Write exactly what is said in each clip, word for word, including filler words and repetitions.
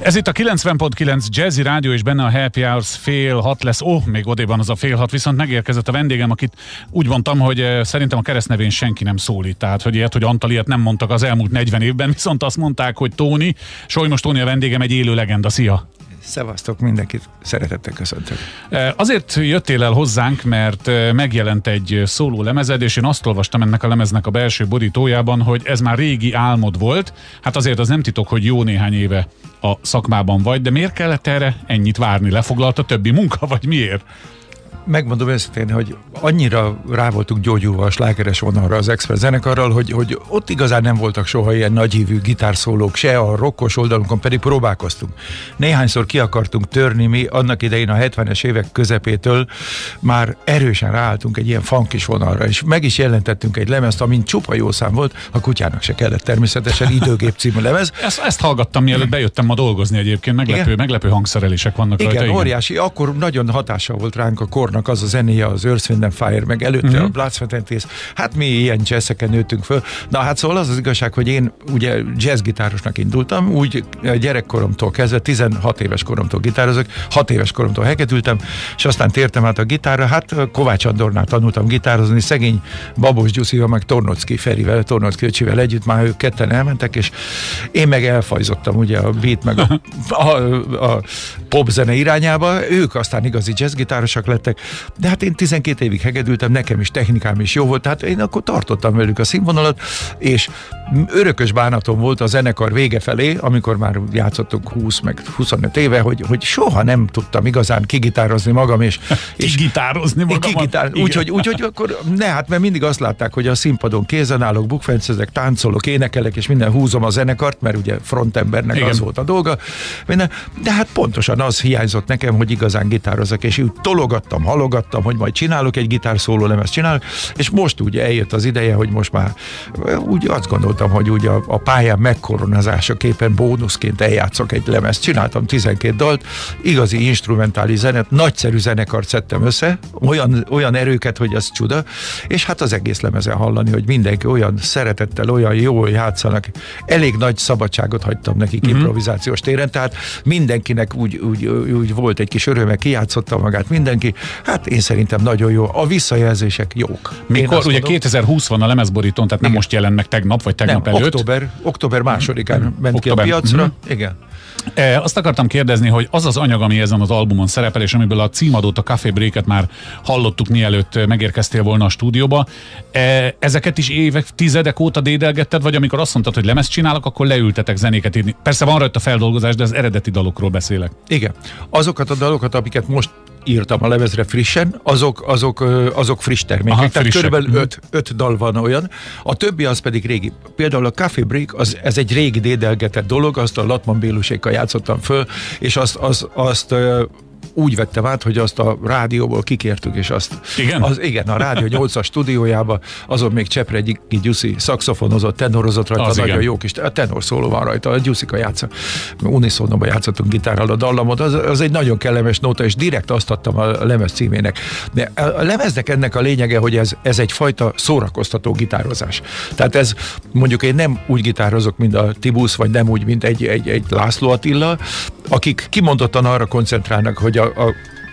Ez itt a kilencven pont kilenc Jazzy Rádió, és benne a Happy Hours fél hat lesz. Ó, oh, még odéban az a fél hat, viszont megérkezett a vendégem, akit úgy mondtam, hogy szerintem a keresztnevén senki nem szólít. Tehát, hogy ilyet, hogy Antal, ilyet nem mondtak az elmúlt negyven évben, viszont azt mondták, hogy Tóni. Solymos Tóni a vendégem, egy élő legenda. Szia! Szevasztok, mindenkit szeretettel köszöntök. Azért jöttél el hozzánk, mert megjelent egy szóló lemezed, és én azt olvastam ennek a lemeznek a belső borítójában, hogy ez már régi álmod volt. Hát azért az nem titok, hogy jó néhány éve a szakmában vagy, de miért kellett erre ennyit várni? Lefoglalt a többi munka, vagy miért? Megmondom őszintén, hogy annyira rá voltunk gyógyulva a slágeres vonalra az Express zenekarral, hogy, hogy ott igazán nem voltak soha ilyen nagyhívű gitárszólók, se a rockos oldalunkon, pedig próbálkoztunk. Néhányszor ki akartunk törni, mi annak idején a hetvenes évek közepétől már erősen ráálltunk egy ilyen funkis vonalra, és meg is jelentettünk egy lemezt, amin csupa jó szám volt, a kutyának se kellett természetesen, Időgép című lemez. Ezt, ezt hallgattam, mielőtt bejöttem ma dolgozni egyébként, meglepő, meglepő hangszerelések vannak igen, rajta. Igen, óriási, akkor nagyon hatással volt ránk a kornak az a zenéje, az Earth, Wind and Fire, meg előtte uh-huh. a Blood, Sweat and Tears. Hát mi ilyen jazzeken nőttünk föl. Na hát szóval az az igazság, hogy én ugye jazzgitárosnak indultam, úgy gyerekkoromtól kezdve, tizenhat éves koromtól gitározok, hat éves koromtól hegedültem, és aztán tértem át a gitárra. Hát Kovács Andornál tanultam gitározni, szegény Babos Gyuszival, meg Tornocki Ferivel, Tornocki öcsivel együtt, már ők ketten elmentek, és én meg elfajzottam ugye a beat, meg a, a, a popzene irányába, ők aztán igazi jazzgitárosok lettek, de hát én tizenkét évig hegedültem, nekem is technikám is jó volt, tehát én akkor tartottam velük a színvonalat, és örökös bánatom volt a zenekar vége felé, amikor már játszottunk húsz meg huszonöt éve, hogy, hogy soha nem tudtam igazán kigitározni magam, és... és kigitározni magam? Kigitár, úgyhogy úgy, úgy, akkor ne, hát mert mindig azt látták, hogy a színpadon kézen állok, bukfencezek, táncolok, énekelek, és minden húzom a zenekart, mert ugye frontembernek igen. az volt a dolga, minden, de hát pontosan az hiányzott nekem, hogy igazán gitározok, és úgy tologattam, halogattam, hogy majd csinálok egy gitárszóló lemezt csinálok, és most úgy eljött az ideje, hogy most már úgy azt gondoltam, hogy úgy a, a pályán megkoronázásaképpen bónuszként eljátszok egy lemezt. Csináltam tizenkét dalt, igazi instrumentális zenet, nagyszerű zenekart szedtem össze, olyan, olyan erőket, hogy az csuda, és hát az egész lemezen hallani, hogy mindenki olyan szeretettel, olyan jól játszanak. Elég nagy szabadságot hagytam nekik mm-hmm. improvizációs téren, tehát mindenkinek úgy, úgy, úgy volt egy kis öröme, kijátszotta magát mindenki. Hát én szerintem nagyon jó. A visszajelzések jók. Mikor? Ugye mondom, kétezer-húsz van a lemezborítón, tehát nem igen. most jelent meg tegnap, vagy tegnap nem, előtt. Október, október másodikán mm. ment október. ki a piacra. Mm. Igen. E, azt akartam kérdezni, hogy az az anyag, ami ezen az albumon szerepel, és amiből a címadót, a Café Break-et már hallottuk, mielőtt megérkeztél volna a stúdióba, e, ezeket is évek, tizedek óta dédelgetted, vagy amikor azt mondtad, hogy lemezt csinálok, akkor leültetek zenéket írni. Persze van rajta feldolgozás, de az eredeti dalokról beszélek. Igen. Azokat a dalokat, amiket most írtam a lemezre frissen, azok, azok, azok friss termékek. Aha, tehát körülbelül öt, öt dal van olyan. A többi az pedig régi. Például a Café Break, az, ez egy régi dédelgetett dolog, azt a Latman Bélusékkal játszottam föl, és azt, azt, azt úgy vettem át, hogy azt a rádióból kikértük, és azt... Igen? Az, igen, a Rádió nyolcas stúdiójába, azon még Csepregi Gyuszi szaxofonozott, tenorozott rajta, az nagyon igen. jó kis, a tenor szóló van rajta, a Gyuszika játsza. Uniszónóba játszottunk gitárral a dallamot, az, az egy nagyon kellemes nóta, és direkt azt adtam a lemez címének. De a lemeznek ennek a lényege, hogy ez, ez egyfajta szórakoztató gitározás. Tehát ez, mondjuk én nem úgy gitározok, mint a Tibusz, vagy nem úgy, mint egy, egy, egy László Attila, akik kimondottan arra koncentrálnak, hogy a, a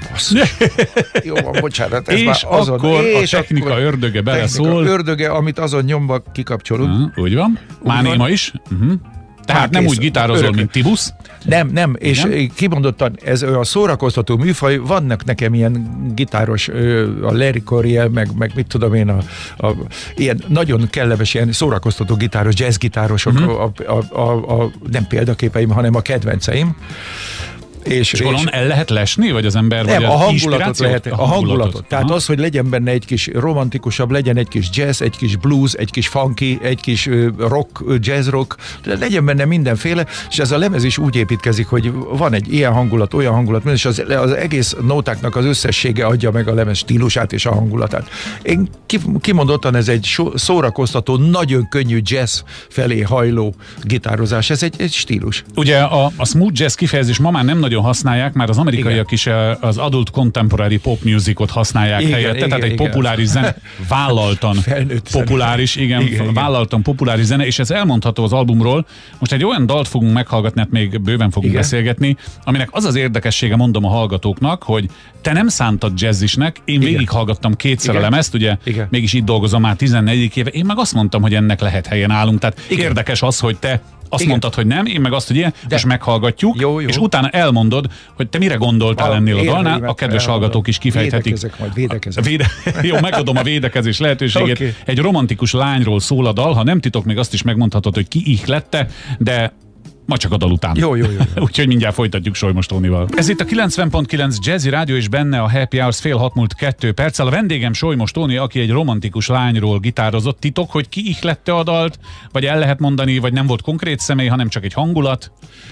jó van, bocsánat, ez és már azon, akkor és a technika akkor ördöge beleszól. Ördöge, amit azon nyomva kikapcsolunk. Uh, úgy van. Már néma is. Uh-huh. Tehát nem úgy gitározol, örökön. mint Tibusz? Nem, nem, és igen? kimondottan ez a szórakoztató műfaj, vannak nekem ilyen gitáros, a Larry Coryell, meg, meg mit tudom én, a, a, ilyen nagyon kellemes, ilyen szórakoztató gitáros, jazzgitárosok, uh-huh. a, a, a, a, nem példaképeim, hanem a kedvenceim. És, és onnan el lehet lesni, vagy az ember, nem, vagy a hangulatot lehet, a hangulatot. hangulatot. Tehát az, hogy legyen benne egy kis romantikusabb, legyen egy kis jazz, egy kis blues, egy kis funky, egy kis rock, jazz rock, legyen benne mindenféle, és ez a lemez is úgy építkezik, hogy van egy ilyen hangulat, olyan hangulat, és az, az egész nótáknak az összessége adja meg a lemez stílusát és a hangulatát. Én kimondottan ez egy szórakoztató, nagyon könnyű jazz felé hajló gitározás, ez egy, egy stílus. Ugye a, a smooth jazz kifejezés ma már nem nagyon nagyon használják, már az amerikaiak igen. is az adult contemporary pop musicot használják igen, helyette, igen, tehát egy igen. populáris zene, vállaltan Felnőtt populáris, zene. igen, igen, vállaltan populáris zene, és ez elmondható az albumról. Most egy olyan dalt fogunk meghallgatni, hát még bőven fogunk igen. beszélgetni, aminek az az érdekessége, mondom a hallgatóknak, hogy te nem szántad jazzisnek, én igen. végighallgattam kétszer igen. a lemezt, ugye igen. mégis itt dolgozom már tizennegyedik éve, én meg azt mondtam, hogy ennek lehet helyen állunk, tehát igen. érdekes az, hogy te azt igen. mondtad, hogy nem, én meg azt, hogy ilyen, de és meghallgatjuk, jó, jó. és utána elmondod, hogy te mire gondoltál a, ennél a dalnál, a kedves hallgatók is kifejthetik. Védekezek majd, védekezek. Véde, jó, megadom a védekezés lehetőségét. Okay. Egy romantikus lányról szól a dal, ha nem titok, még azt is megmondhatod, hogy ki ihlette, de ma csak a dal után. Jó, jó, jó. jó. Úgyhogy mindjárt folytatjuk Solymos Tónival. Ez itt a kilencven pont kilenc Jazzy Rádió, és benne a Happy Hours fél hat múlt kettő perccel. A vendégem Solymos Tóni, aki egy romantikus lányról gitározott. Titok, hogy ki ihlette a dalt, vagy el lehet mondani, vagy nem volt konkrét személy, hanem csak egy hangulat?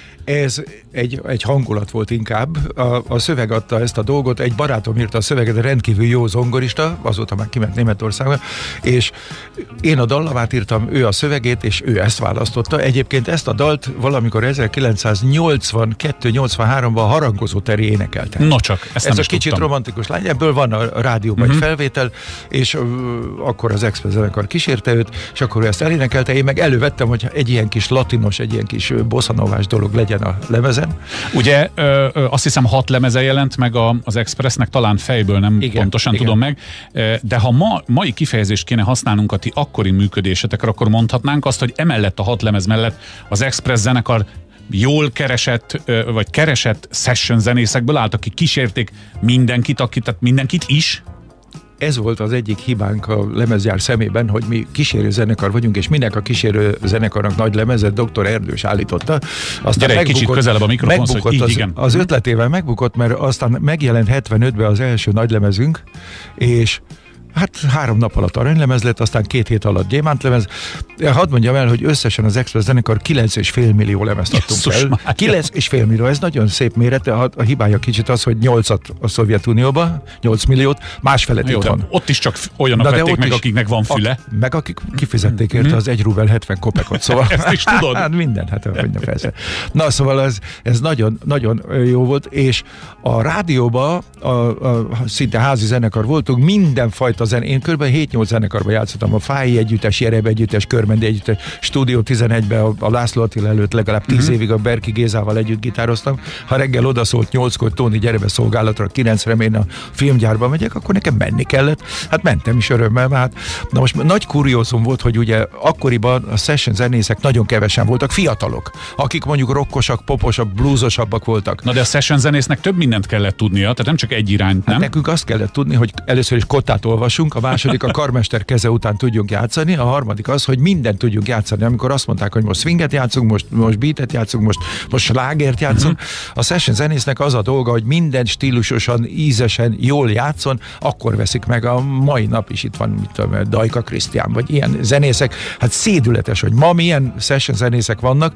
Ez egy, egy hangulat volt inkább. A, a szöveg adta ezt a dolgot, egy barátom írta a szöveget, rendkívül jó zongorista, azóta már kiment Németországba, és én a dallamát írtam, ő a szövegét, és ő ezt választotta. Egyébként ezt a dalt valamikor ezerkilencszáznyolcvankettő nyolcvanháromban a Harangozó Teri énekelte. No csak, ezt Ez nem a kicsit tudtam. romantikus lány, ebből van a rádióban uh-huh. egy felvétel, és uh, akkor az Express zenekar kísérte őt, és akkor ő ezt elénekelte, én meg elővettem, hogy egy ilyen kis latinos, egy ilyen kis bossa-novás dolog legyen a lemezen. Ugye ö, ö, azt hiszem hat lemeze jelent meg a, az Expressnek, talán fejből nem igen, pontosan igen. tudom meg, de ha ma, mai kifejezést kéne használnunk a ti akkori működésetekre, akkor mondhatnánk azt, hogy emellett a hat lemez mellett az Express zenekar jól keresett, vagy keresett session zenészekből állt, akik kísérték mindenkit, akit, tehát mindenkit is. Ez volt az egyik hibánk a lemezgyár szemében, hogy mi kísérő zenekar vagyunk, és minek a kísérő zenekarnak nagy lemezet doktor Erdős állította. Aztán Gyere egy kicsit közelebb a mikrofonhoz, megbukott hogy így, az, igen. az ötletével megbukott, mert aztán megjelent hetvenötben az első nagy lemezünk, és hát három nap alatt aranylemez lett, aztán két hét alatt gyémántlemez. Hadd mondjam el, hogy összesen az Express zenekar kilenc és fél millió lemezt adtunk el. kilenc és fél millió, ez nagyon szép méret, a, a hibája kicsit az, hogy nyolcat a Szovjetunióban, nyolc milliót, másfelett itt van. Ott is csak olyanok vették meg, is, akiknek van füle. A, meg akik kifizették érte az egy rubel hetven kopekot, szóval. Ezt is tudod? Hát minden, hát hogy ne persze. Na szóval ez, ez nagyon, nagyon jó volt, és a rádióban a, a, a, szinte házi zenekar voltunk, mindenfajta zen. Én kb. hét-nyolc zenekarban játszottam, a Fáji együttes, Jereb együttes, Körmendi együttes, Stúdió tizenegyben a, a László Attila előtt legalább tíz mm-hmm. évig a Berki Gézával együtt gitároztam. Ha reggel odaszólt nyolckor, Tóni, gyere be szolgálatra, kilencre én a filmgyárba megyek, akkor nekem menni kellett. Hát mentem is örömmel, hát. Na most nagy kuriózum volt, hogy ugye akkoriban a session zenészek nagyon kevesen voltak, fiatalok, akik mondjuk rockosak, poposabb, bluesosabbak voltak. Na de a session zenésznek több mindent kellett tudnia, tehát nem csak egy irányt, nem? Hát nekünk azt kellett tudni, hogy először is kottát olvasunk, a második a karmester keze után tudjunk játszani, a harmadik az, hogy mindent tudjunk játszani. Amikor azt mondták, hogy most swinget játszunk, most, most beatet játszunk, most, most slágert játszunk, uh-huh. a session zenésznek az a dolga, hogy minden stílusosan, ízesen, jól játszon, akkor veszik meg. A mai nap is itt van, mit tudom, Dajka Krisztián, vagy ilyen zenészek. Hát szédületes, hogy ma milyen session zenészek vannak.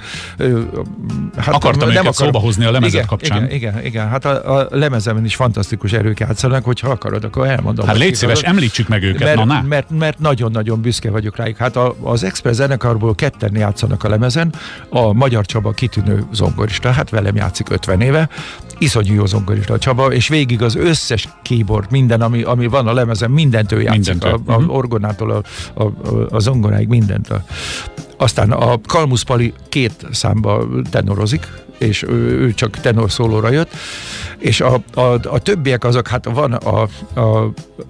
Hát Akartam nem őket akar... szóba hozni a lemezet igen, kapcsán. Igen, igen, igen. Hát a, a lemezemen is fantasztikus erők játszanak, hogyha akarod, akkor elmondom. Hát légy szíves, említsük meg őket, mert, na, na. Mert, mert nagyon-nagyon büszke vagyok rájuk. Hát a, az Express zenekarból ketten játszanak a lemezen, a Magyar Csaba kitűnő zongorista, hát velem játszik ötven éve, iszonyú jó zongorista a Csaba, és végig az összes keyboard, minden, ami, ami van a lemezen, mindent ő játszik, mindent a, a uh-huh. orgonától a, a, a, a zongoráig, mindent. A, aztán a Kalmusz Pali két számba tenorozik, és ő, ő csak tenor szólóra jött, és a, a, a többiek azok, hát van a, a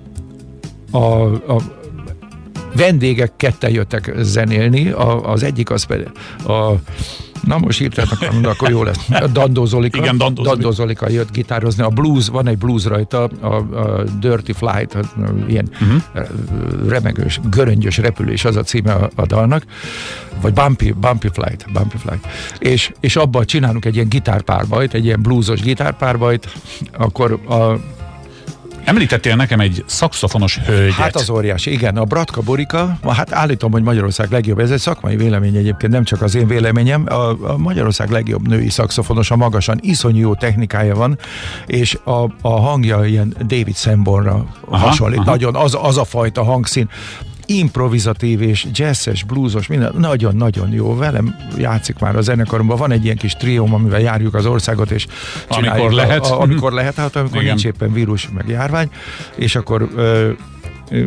A, a vendégek ketten jöttek zenélni, a, az egyik az pedig a, na most írtátok, akkor jó lesz. A Dandó Zolika, Igen, Dandó Zolika. Dandó Zolika jött gitározni. A blues, van egy blues rajta, a, a Dirty Flight, a, ilyen uh-huh. remegős, göröngyös repülés az a címe a, a dalnak, vagy Bumpy, Bumpy Flight, Bumpy Flight. És, és abban csinálunk egy ilyen gitárpárbajt, egy ilyen bluesos gitárpárbajt, akkor a Említettél nekem egy szaxofonos hölgyet. Hát az óriási, igen, a Bratka Borika, hát állítom, hogy Magyarország legjobb, ez egy szakmai vélemény egyébként, nem csak az én véleményem, a, a Magyarország legjobb női szaxofonos, a magasan, iszonyú jó technikája van, és a, a hangja ilyen David Sanbornra hasonlít, aha. nagyon, az, az a fajta hangszín. improvizatív és jazzes, bluesos, minden nagyon-nagyon jó. Velem játszik már a zenekaromban. Van egy ilyen kis trióm, amivel járjuk az országot, és amikor lehet. A, a, amikor lehet, hát amikor igen. nincs éppen vírus, meg járvány, és akkor ö, ö,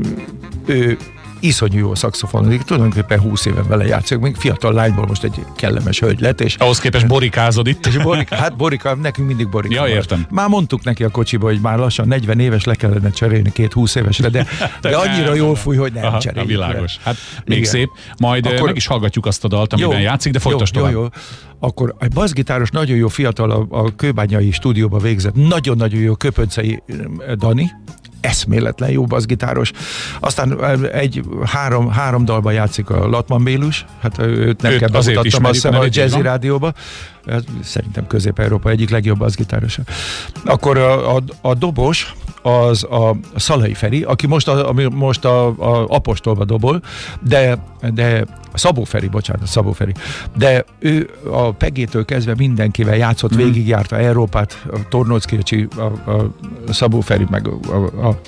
ő iszonyú jó szaxofonozik, tulajdonképpen húsz éven vele játszik, még fiatal lányból most egy kellemes hölgy lett. És ahhoz képest borikázod itt. És borika, hát borika, nekünk mindig borika. Ja, értem. Már mondtuk neki a kocsiba, hogy már lassan negyven éves le kellene cserélni két húsz évesre, de, de annyira jól fúj, hogy nem aha, cseréljük. Világos. Hát még igen. Szép. Majd akkor meg is hallgatjuk azt a dalt, amiben jó, játszik, de folytasd jó, tovább. Jó, jó. Akkor egy basszgitáros, nagyon jó fiatal, a, a kőbányai stúdióba végzett, nagyon-nagyon jó Köpöncei Dani, eszméletlen jó basszgitáros. Aztán egy három, három dalban játszik a Latman Bélus, hát őt nem őt kell bemutattam, azt hiszem a Jazzy Rádióba. Szerintem Közép-Európa egyik legjobb basszgitárosa. Akkor a, a, a dobos az a Szalai Feri, aki most a, ami most a, a Apostolba dobol, de, de Szabó Feri, bocsánat, Szabó Feri, de ő a Pegétől kezdve mindenkivel játszott, mm. végigjárta Európát, a Tornóczki, a, a Szabó Feri, meg a, a, a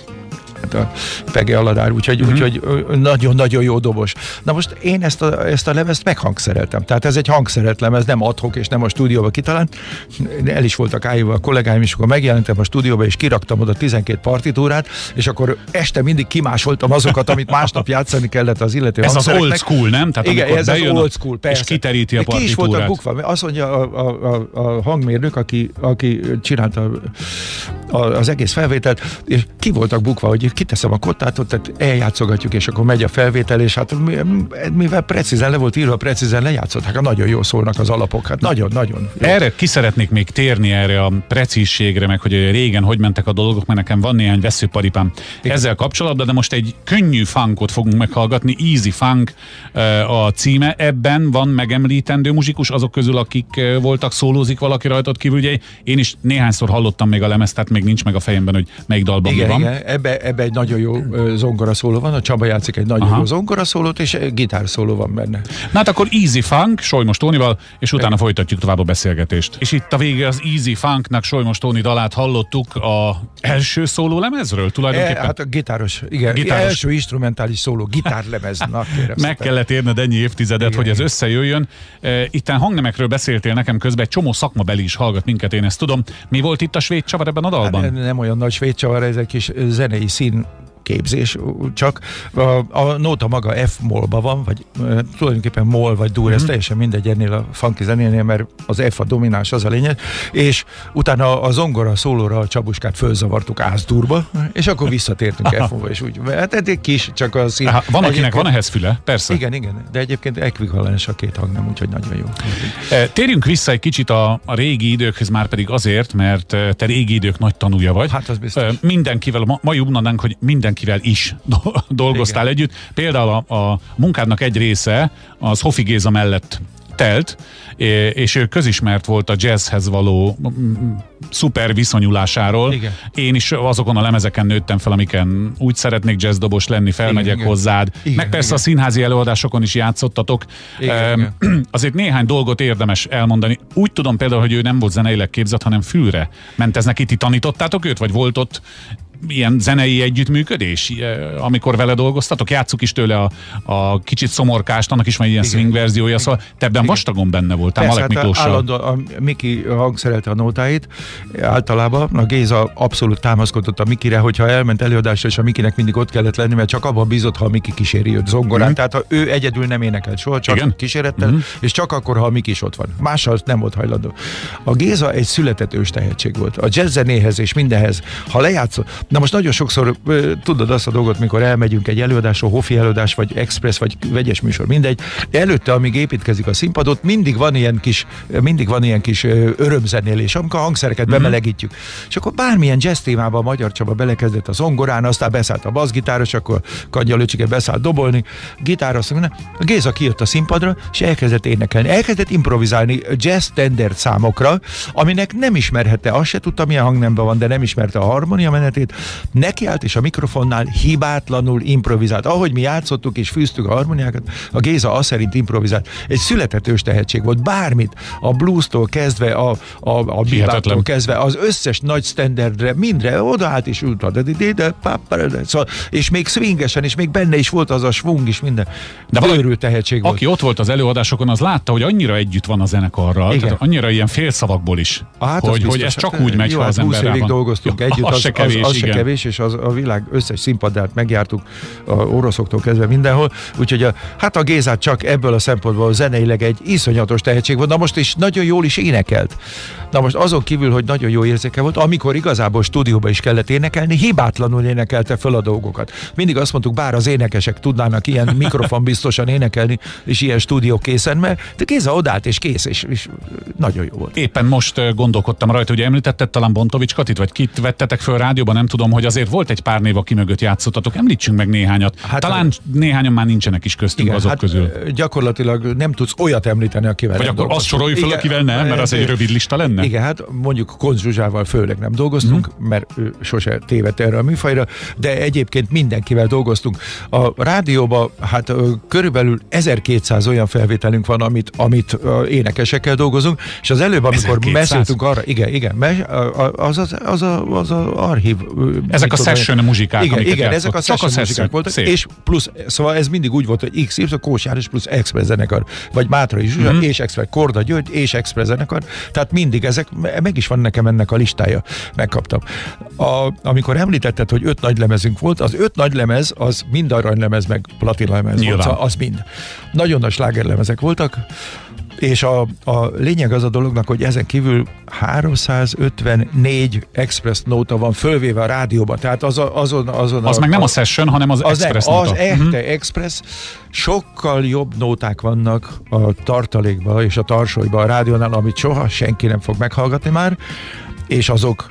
a Pege Aladár, úgyhogy, mm-hmm. úgyhogy nagyon-nagyon jó dobos. Na most én ezt a, ezt a lemezt meghangszereltem. Tehát ez egy hangszerelt lemez, nem ad-hoc és nem a stúdióba kitalált. El is voltak ájúval a kollégáim, és akkor megjelentem a stúdióba, és kiraktam oda tizenkét partitúrát, és akkor este mindig kimásoltam azokat, amit másnap játszani kellett az illető ez az old school, nem? Tehát igen, ez az old school, persze. És kiteríti a partitúrát. Ki is voltak bukva. Azt mondja a, a, a, a hangmérnök, aki, aki csinálta a, a, az egész felvételt, és ki voltak bukva, hogy kiteszem a kottátot, tehát eljátszogatjuk, és akkor megy a felvétel, és hát mivel precízen le volt írva, precízen lejátszott, hát nagyon jól szólnak az alapok, hát nagyon-nagyon. Erre ki szeretnék még térni, erre a precízségre, meg hogy régen hogy mentek a dolgok, mert nekem van néhány veszőparipám ezzel kapcsolatban, de most egy könnyű funkot fogunk meghallgatni, Easy Funk a címe, ebben van megemlítendő muzsikus, azok közül, akik voltak, szólózik valaki rajtad kívül, ugye én is néhányszor hallottam még a lemezt, tehát még nincs meg a fejemben, hogy melyik dalban igen, mi van. Igen, ebbe, ebbe egy nagyon jó zongoraszóló van, a Csaba játszik egy nagyon aha. jó zongoraszólót, és gitárszóló van benne. Na hát akkor Easy Funk, Solymos Tónival, és utána folytatjuk tovább a beszélgetést. És itt a vége az Easy Funknak Solymos Tóni dalát hallottuk a első szóló lemezről tulajdonképpen? E, hát a gitáros, igen, gitáros. Első instrumentális szóló, gitárlemez. Na, kérem, meg kellett érned ennyi évtizedet, igen, hogy ez összejöjjön. E, itten hangnemekről beszéltél nekem közben, egy csomó szakmabeli is hallgat minket, én ezt tudom. Mi volt itt a svéd csavar ebben a dalban? Hát, nem olyan nagy svéd csavar, ez egy kis zenei szín képzés, csak a, a nóta maga F-mollba van, vagy e, tulajdonképpen moll vagy dur, mm-hmm. ez teljesen mindegy ennél a funky zenénél, mert az F a domináns, az a lényeg, és utána a zongora szólóra a Csabuskát fölzavartuk ázdurba, és akkor visszatértünk F-mollba, és úgy, hát egy kis, csak a szín. Aha, van, akinek van ehhez füle, persze. Igen, igen, de egyébként ekvivalens a két hang, nem, úgyhogy nagyon jó. E, térjünk vissza egy kicsit a, a régi időkhöz, már pedig azért, mert te régi idők nagy tanúja vagy. Hát az biztos. E, mindenkivel, ma, ma mondanánk, hogy mindenkivel is dolgoztál igen. együtt. Például a, a munkádnak egy része az Hofi Géza mellett telt, és ő közismert volt a jazzhez való szuper viszonyulásáról. Igen. Én is azokon a lemezeken nőttem fel, amiken úgy szeretnék jazzdobos lenni, felmegyek igen, hozzád. Igen, meg persze igen. a színházi előadásokon is játszottatok. Igen, um, igen. Azért néhány dolgot érdemes elmondani. Úgy tudom például, hogy ő nem volt zeneileg képzett, hanem fülre ment ez neki. Ti tanítottátok őt, vagy volt ott ilyen zenei együttműködés, amikor vele dolgoztatok? Játsszuk is tőle a, a kicsit szomorkást, annak is van egy ilyen igen. swing verziója, szóval te ebben igen. vastagon benne voltál, Malek Miklóssal. Állandóan a Miki hangszerelte a nótáit, általában a Géza abszolút támaszkodott a Mikire, hogyha elment előadásra, és a Mikinek mindig ott kellett lenni, mert csak abban bízott, ha a Miki kíséri őt zongorán. Mm. Tehát ha ő egyedül nem énekelt soha, csak igen. kísérettel, mm. és csak akkor, ha a Miki is ott van. Mással nem volt hajlandó. A Géza egy született ős tehetség volt. A jazz zenéhez és mindenhez, ha lejátszott. Na most nagyon sokszor tudod azt a dolgot, mikor elmegyünk egy előadásra, Hofi előadás, vagy express, vagy vegyes műsor, mindegy. Előtte, amíg építkezik a színpadot, mindig van ilyen kis, mindig van ilyen kis örömzenélés, amikor a hangszereket mm-hmm. bemelegítjük. És akkor bármilyen jazz témában a Magyar Csaba belekezdett a zongorán, aztán beszállt a basszgitáros, akkor Kagya Lőcsike beszállt dobolni, gitáros, a Géza kijött a színpadra, és elkezdett énekelni. Elkezdett improvizálni jazz standard számokra, aminek nem ismerhette, azt se tudta, milyen hangnemben van, de nem ismerte a harmónia menetét, Nekiállt, és a mikrofonnál hibátlanul improvizált. Ahogy mi játszottuk és fűztük a harmoniákat, a Géza azt szerint improvizált. Egy születetős tehetség volt. Bármit, a blues-tól kezdve, a, a, a beboptól kezdve, az összes nagy standardre, mindre odaállt és ült, és még swingesen, és még benne is volt az a svung is, minden. De valami tehetség volt. Aki ott volt az előadásokon, az látta, hogy annyira együtt van a zenekarral, tehát annyira ilyen félszavakból is, hát hogy, hogy ez csak úgy megy, jó, ha az ember rá van. Dolgoztunk jó, együtt, az, az, se kevés, az, az se kevés, és az, a világ összes színpadát megjártuk, a oroszoktól kezdve mindenhol, úgyhogy a, hát a Gézát csak ebből a szempontból zeneileg egy iszonyatos tehetség volt, na most is nagyon jól is énekelt. Na most azon kívül, hogy nagyon jó érzéke volt, amikor igazából stúdióba is kellett énekelni, hibátlanul énekelte föl a dolgokat. Mindig azt mondtuk, bár az énekesek tudnának ilyen mikrofon biztosan énekelni, és ilyen stúdió készen, mert de Géza odállt, és kész, és, és nagyon jó volt. Éppen most gondolkodtam rajta, hogy említetted talán Bontovics Katit, vagy kit vettetek föl rádióban, nem tudom, hogy azért volt egy pár név, aki mögött játszottatok. Említsünk meg néhányat. Hát, talán a... néhányan már nincsenek is köztünk igen, azok hát közül. Gyakorlatilag nem tudsz olyat említeni, akivel vagy nem akkor azt sorolj fel, akivel nem, mert az egy rövid lista lenne. Igen, hát mondjuk Koncz Zsuzsával főleg nem dolgoztunk, mm. mert ő sose tévedt erre a műfajra, de egyébként mindenkivel dolgoztunk. A rádióban hát körülbelül ezerkétszáz olyan felvételünk van, amit, amit énekesekkel dolgozunk, és az előbb, amikor beszéltünk arra, igen, igen, az az, az, a, az a archív. Ezek a session muzsikák, igen, amiket igen, ezek a session muzsikák voltak, szép. És plusz, szóval ez mindig úgy volt, hogy X, Y, Kós János plusz Express zenekar, vagy Mátrai Zsuzsa, mm-hmm. és Express, Korda György, és Express zenekar, tehát mindig ezek, meg is van nekem ennek a listája, megkaptam. A, amikor említetted, hogy öt nagy lemezünk volt, az öt nagy lemez, az mind aranylemez, meg platinlemez volt, szóval az mind. Nagyon nagy slágerlemezek voltak, és a, a lényeg az a dolognak, hogy ezen kívül háromszázötvennégy Express nóta van fölvéve a rádióba, tehát az a, azon, azon az a, meg nem a, a session, hanem az, az Express nem, nóta. Az echte uh-huh. Express, sokkal jobb nóták vannak a tartalékba és a tarsolyba a rádiónál, amit soha senki nem fog meghallgatni már, és azok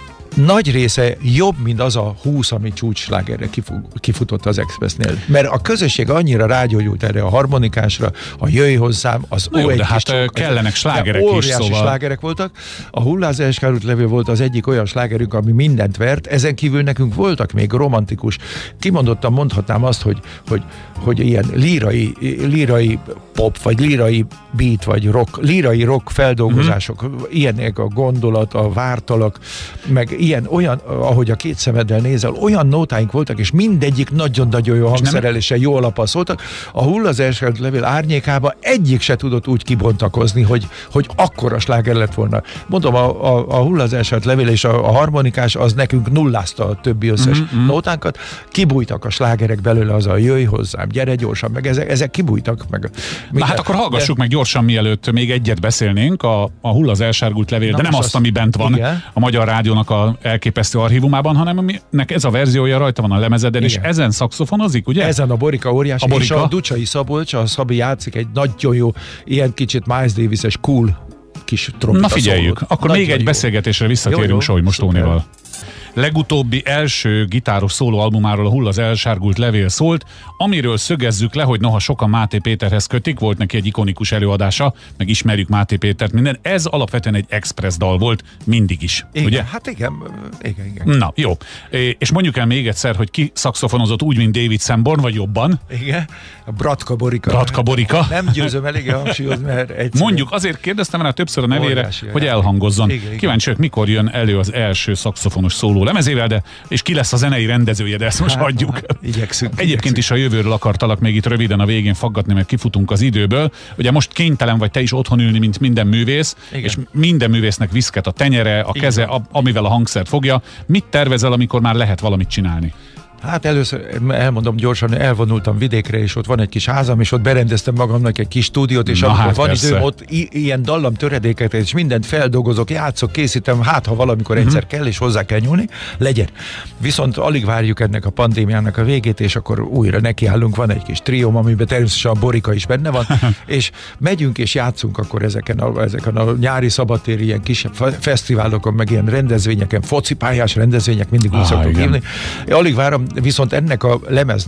nagy része jobb, mint az a húsz, ami csúcsslágerre kifutott az Expressnél. Mert a közösség annyira rágyógyult erre a harmonikásra, a Jöjj hozzám, az ó egy de hát csok, kellenek slágerek is, szóval. Slágerek voltak. A Hullás körútlevél volt az egyik olyan slágerünk, ami mindent vert, ezen kívül nekünk voltak még romantikus. Kimondottan mondhatnám azt, hogy, hogy, hogy ilyen lírai, lírai pop, vagy lírai beat, vagy rock, lírai rock feldolgozások, mm-hmm. ilyenek a Gondolat, a Vártalak, meg ilyen, olyan, ahogy a Két szemeddel nézel, olyan nótáink voltak, és mindegyik nagyon-nagyon jó hangszereléssel jól alapaszoltak. A Hull az első levél árnyékába egyik se tudott úgy kibontakozni, hogy, hogy akkora sláger lett volna. Mondom, a, a, a Hull az első levél és a, a harmonikás az nekünk nullázta a többi összes mm-hmm. nótánkat. Kibújtak a slágerek belőle, az a Jöjj hozzám, gyere gyorsan, meg ezek, ezek kibújtak meg. Na hát akkor hallgassuk de... meg gyorsan, mielőtt még egyet beszélnénk, a, a Hull az elsárgult levél, na de nem azt, ami bent van igen. a Magyar Rádiónak a elképesztő archívumában, hanem aminek ez a verziója rajta van a lemezeden, igen. és ezen szaxofonozik, ugye? Ezen a Borika óriás, a Borika. És a Ducsai Szabolcs, a Szabi játszik egy nagyon jó, ilyen kicsit Miles Davis-es cool kis trombita. Na figyeljük, szólót. Akkor nagyon még egy jó. beszélgetésre visszatérünk Soly Mostónival. Legutóbbi első gitáros szólóalbumáról, a Hull az elsárgult levél szólt, amiről szögezzük le, hogy noha sokan Máté Péterhez kötik, volt neki egy ikonikus előadása, meg ismerjük Máté Pétert, minden. Ez alapvetően egy Express dal volt mindig is, igen, ugye? Hát igen, igen, igen. Na, jó. És mondjuk el még egyszer, hogy ki szaxofonozott úgy, mint David Sanborn, vagy jobban? Igen, a Bratka Borika. Bratka Borika. Nem győzöm eléggé hangsúlyozni, mert egyszerűen... Mondjuk, azért kérdeztem rá többször a nevére, óriási, hogy elhangozzon. Kíváncsiak, mikor jön elő az első szaxofonos szóló lemezével, de és ki lesz a zenei rendezője, de ezt most hát, hagyjuk. Hát, igyekszünk, Egyébként igyekszünk. is a jövőről akartalak még itt röviden a végén faggatni, mert kifutunk az időből. Ugye most kénytelen vagy te is otthon ülni, mint minden művész, igen. és minden művésznek viszket a tenyere, a keze, a, amivel a hangszert fogja. Mit tervezel, amikor már lehet valamit csinálni? Hát először elmondom gyorsan, elvonultam vidékre, és ott van egy kis házam, és ott berendeztem magamnak egy kis stúdiót, és amikor hát van persze. időm, ott i- ilyen dallam töredéket, és mindent feldolgozok, játszok, készítem, hát ha valamikor uh-huh. egyszer kell, és hozzá kell nyúlni, legyen. Viszont alig várjuk ennek a pandémiának a végét, és akkor újra nekiállunk, van egy kis trióm, amiben természetesen a Borika is benne van, és megyünk és játszunk akkor ezeken a, ezeken a nyári szabadtéri ilyen kisebb fesztiválokon, meg ilyen rendezvényeken, focipályás rendezvények, mindig úgy ah, szoktuk hívni. Alig várom, viszont ennek a lemeznek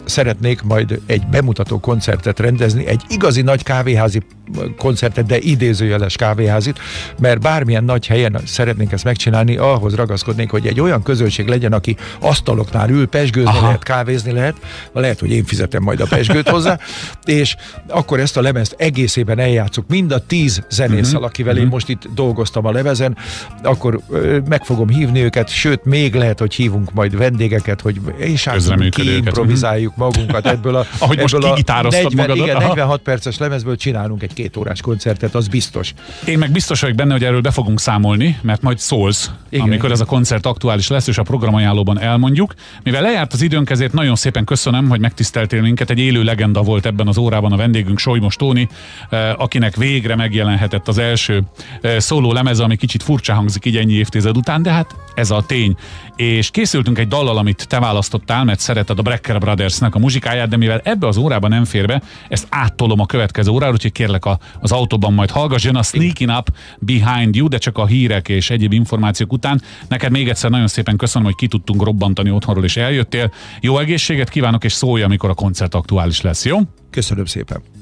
szeretnék majd egy bemutató koncertet rendezni, egy igazi nagy kávéházi koncertet, de idézőjeles kávéházit, mert bármilyen nagy helyen szeretnénk ezt megcsinálni, ahhoz ragaszkodnék, hogy egy olyan közönség legyen, aki asztaloknál ül, pezsgőzni Aha. lehet, kávézni lehet, lehet, hogy én fizetem majd a pezsgőt hozzá, és akkor ezt a lemezt egészében eljátszuk, mind a tíz zenésszel, uh-huh. akivel én most itt dolgoztam a lemezen, akkor ö, meg fogom hívni őket, sőt, még lehet, hogy hívunk majd vendégeket, hogy és hát kiimprovizáljuk magunkat ebből a, ahogy ebből most kigitároztad magadat. Igen, negyvenhat perces lemezből csinálunk egy két órás koncertet, az biztos. Én meg biztos vagyok benne, hogy erről be fogunk számolni, mert majd szólsz, igen, amikor igen. ez a koncert aktuális lesz, és a programajánlóban elmondjuk. Mivel lejárt az időnk, ezért nagyon szépen köszönöm, hogy megtiszteltél minket. Egy élő legenda volt ebben az órában a vendégünk, Solymos Tóni, akinek végre megjelenhetett az első szóló lemeze, ami kicsit furcsa hangzik így ennyi évtized után, de hát ez a tény. És készültünk egy dallal, amit te választottál, mert szereted a Brecker Brothersnek a muzsikáját, de mivel ebbe az órában nem fér be, ezt áttolom a következő órára, úgyhogy kérlek a, az autóban majd hallgass, jön a Sneaking Up Behind You, de csak a hírek és egyéb információk után. Neked még egyszer nagyon szépen köszönöm, hogy ki tudtunk robbantani otthonról és eljöttél. Jó egészséget kívánok, és szólj, amikor a koncert aktuális lesz, jó? Köszönöm szépen.